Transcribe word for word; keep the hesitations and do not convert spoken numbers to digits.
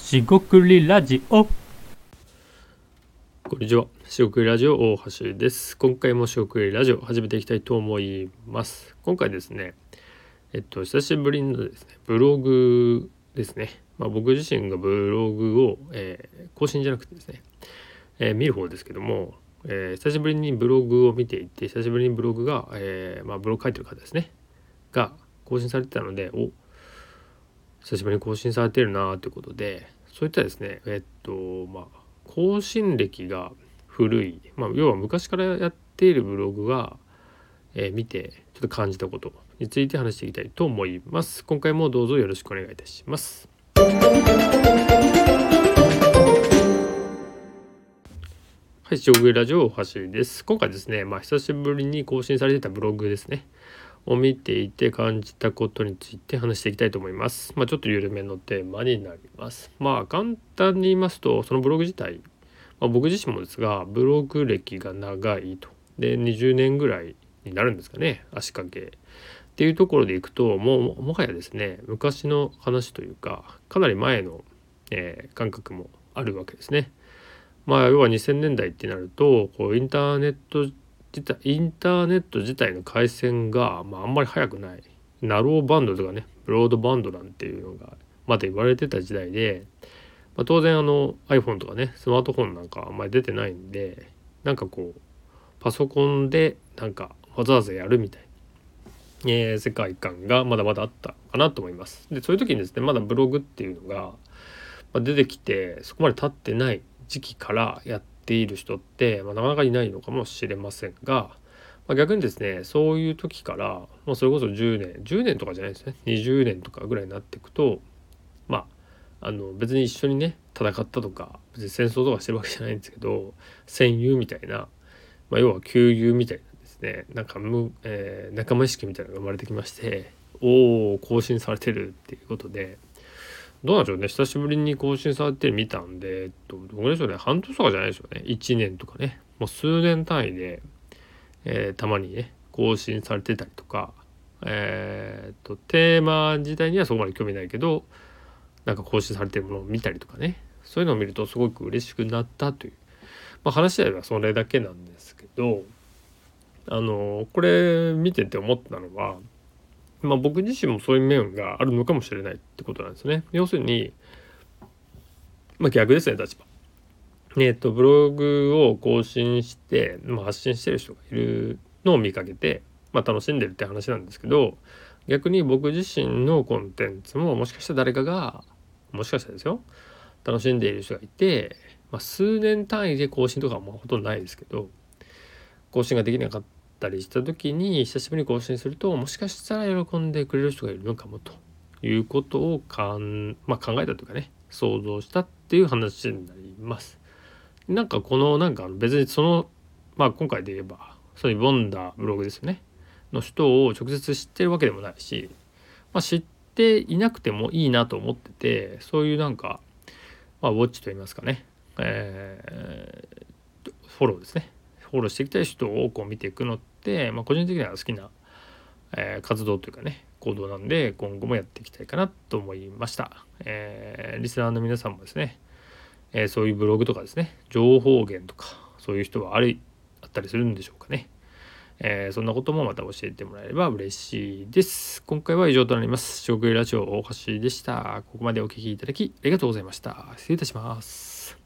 しごくりラジオ。 こんにちは、しごくりラジオ大橋です。今回もしごくりラジオ始めていきたいと思います。今回ですねえっと久しぶりのですねブログですね、まあ、僕自身がブログを、えー、更新じゃなくてですね、えー、見る方ですけども、えー、久しぶりにブログを見ていて、久しぶりにブログが、えーまあ、ブログ書いてる方ですねが更新されてたので、お久しぶりに更新されてるなということで、そういったですねえっとまあ更新歴が古い、まあ、要は昔からやっているブログが、えー、見てちょっと感じたことについて話していきたいと思います。今回もどうぞよろしくお願いいたします。はい、しごくりラジオ大橋です。今回ですね、まあ、久しぶりに更新されていたブログですねを見ていて感じたことについて話していきたいと思います。まあ、ちょっと緩めのテーマになります。まあ簡単に言いますと、そのブログ自体、まあ、僕自身もですがブログ歴が長いと、でにじゅうねんぐらいになるんですかね、足掛けっていうところでいくと、もうもはやですね昔の話というかかなり前の、えー、感覚もあるわけですね。まあ要はにせんねんだいってなると、こうインターネット自体インターネット自体の回線が、まあ、あんまり速くない、ナローバンドとかねブロードバンドなんていうのがまだ言われてた時代で、まあ、当然あの iPhone とかねスマートフォンなんかあんまり出てないんで、なんかこうパソコンでなんかわざわざやるみたいな、えー、世界観がまだまだあったかなと思います。でそういう時にですねまだブログっていうのが出てきてそこまで経ってない時期からやっている人って、まあ、なかなかいないのかもしれませんが、まあ、逆にですねそういう時から、まあ、それこそじゅうねんじゅうねんとかじゃないですねにじゅうねんとかぐらいになっていくと、まああの別に一緒にね戦ったとか別に戦争とかしてるわけじゃないんですけど、戦友みたいな、まあ、要は旧友みたいなですねなんかむ、えー、仲間意識みたいなのが生まれてきまして、おお更新されてるっていうことで、どうなんでしょうね、久しぶりに更新されてみたんで、えっと、どうでしょうね、半年とかじゃないでしょうね、いちねんとかね、もう数年単位で、えー、たまにね更新されてたりとか、えー、っとテーマ自体にはそこまで興味ないけどなんか更新されてるものを見たりとかね、そういうのを見るとすごく嬉しくなったという、まあ、話自体はそれだけなんですけど、あのこれ見てて思ったのは、まあ、僕自身もそういう面があるのかもしれないってことなんですね。要するに、まあ、逆ですね、立場。えっとブログを更新して、まあ、発信してる人がいるのを見かけて、まあ、楽しんでるって話なんですけど、逆に僕自身のコンテンツももしかしたら誰かがもしかしたらですよ楽しんでいる人がいて、まあ、数年単位で更新とかはもうほとんどないですけど、更新ができなかったりした時に久しぶりに更新すると、もしかしたら喜んでくれる人がいるのかもということをかん、まあ、考えたというかね想像したっていう話になります。なんかこのなんか別にその、まあ、今回で言えばそういう読んだブログですよねの人を直接知ってるわけでもないし、まあ、知っていなくてもいいなと思ってて、そういうなんか、まあ、ウォッチといいますかね、えー、フォローですね、フォローしていきたい人をこう見ていくのって、まあ、個人的には好きな、えー、活動というかね行動なんで、今後もやっていきたいかなと思いました。えー、リスナーの皆さんもですね、えー、そういうブログとかですね情報源とかそういう人はありあったりするんでしょうかね。えー、そんなこともまた教えてもらえれば嬉しいです。今回は以上となります。しごくりラジオ大橋でした。ここまでお聞きいただきありがとうございました。失礼いたします。